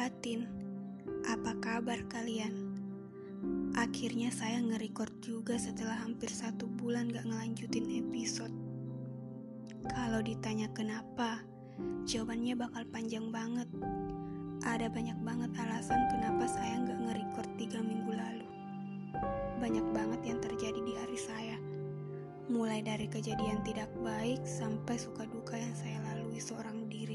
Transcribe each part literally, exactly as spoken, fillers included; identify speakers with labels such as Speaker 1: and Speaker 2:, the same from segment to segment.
Speaker 1: batin, apa kabar kalian? Akhirnya saya nge-record juga setelah hampir satu bulan gak ngelanjutin episode. Kalau ditanya kenapa, jawabannya bakal panjang banget. Ada banyak banget alasan kenapa saya gak nge-record tiga minggu lalu. Banyak banget yang terjadi di hari saya. Mulai dari kejadian tidak baik sampai suka duka yang saya lalui seorang diri.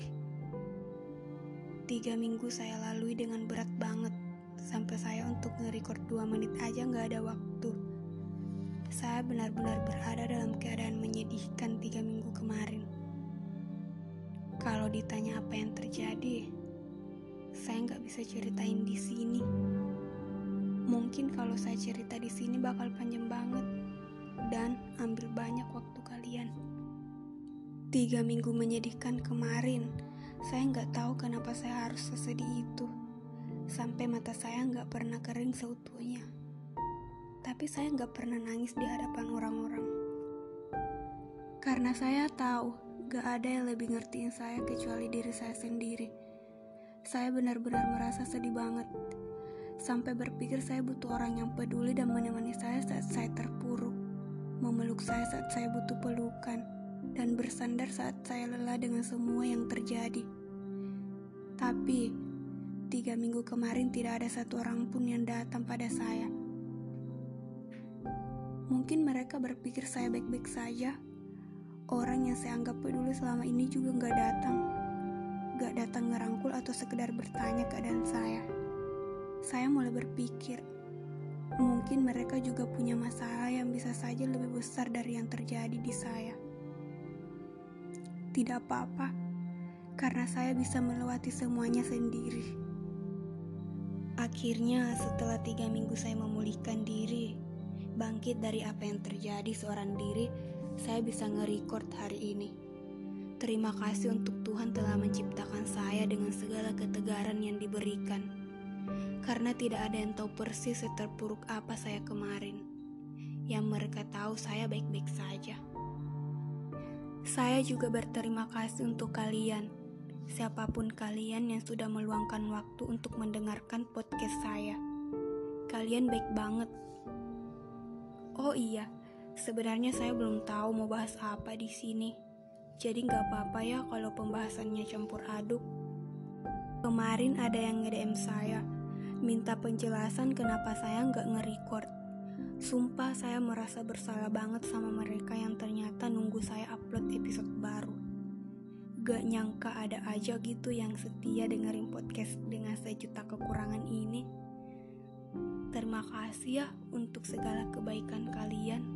Speaker 1: Tiga minggu saya lalui dengan berat banget. Sampai saya untuk nge-record dua menit aja gak ada waktu. Saya benar-benar berada dalam keadaan menyedihkan tiga minggu kemarin. Kalau ditanya apa yang terjadi, saya gak bisa ceritain di sini. Mungkin kalau saya cerita di sini bakal panjang banget dan ambil banyak waktu kalian. Tiga minggu menyedihkan kemarin, saya gak tahu kenapa saya harus sesedih itu. Sampai mata saya gak pernah kering seutuhnya. Tapi saya gak pernah nangis di hadapan orang-orang. Karena saya tahu gak ada yang lebih ngertiin saya kecuali diri saya sendiri. Saya benar-benar merasa sedih banget. Sampai berpikir saya butuh orang yang peduli dan menemani saya saat saya terpuruk. Memeluk saya saat saya butuh pelukan. Dan bersandar saat saya lelah dengan semua yang terjadi. Tapi tiga minggu kemarin tidak ada satu orang pun yang datang pada saya. Mungkin mereka berpikir saya baik-baik saja. Orang yang saya anggap peduli selama ini juga gak datang. Gak datang ngerangkul atau sekedar bertanya keadaan saya. Saya mulai berpikir, mungkin mereka juga punya masalah yang bisa saja lebih besar dari yang terjadi di saya. Tidak apa-apa, karena saya bisa melewati semuanya sendiri. Akhirnya setelah tiga minggu saya memulihkan diri, bangkit dari apa yang terjadi seorang diri, saya bisa nge-record hari ini. Terima kasih untuk Tuhan telah menciptakan saya dengan segala ketegaran yang diberikan. Karena tidak ada yang tahu persis seterpuruk apa saya kemarin. Yang mereka tahu saya baik-baik saja. Saya juga berterima kasih untuk kalian, siapapun kalian yang sudah meluangkan waktu untuk mendengarkan podcast saya. Kalian baik banget. Oh iya, sebenarnya saya belum tahu mau bahas apa di sini. Jadi nggak apa-apa ya kalau pembahasannya campur aduk. Kemarin ada yang nge-D M saya, minta penjelasan kenapa saya nggak nge-record. Sumpah saya merasa bersalah banget sama mereka yang ternyata nunggu saya upload episode baru. Gak nyangka ada aja gitu yang setia dengerin podcast dengan sejuta kekurangan ini. Terima kasih ya untuk segala kebaikan kalian.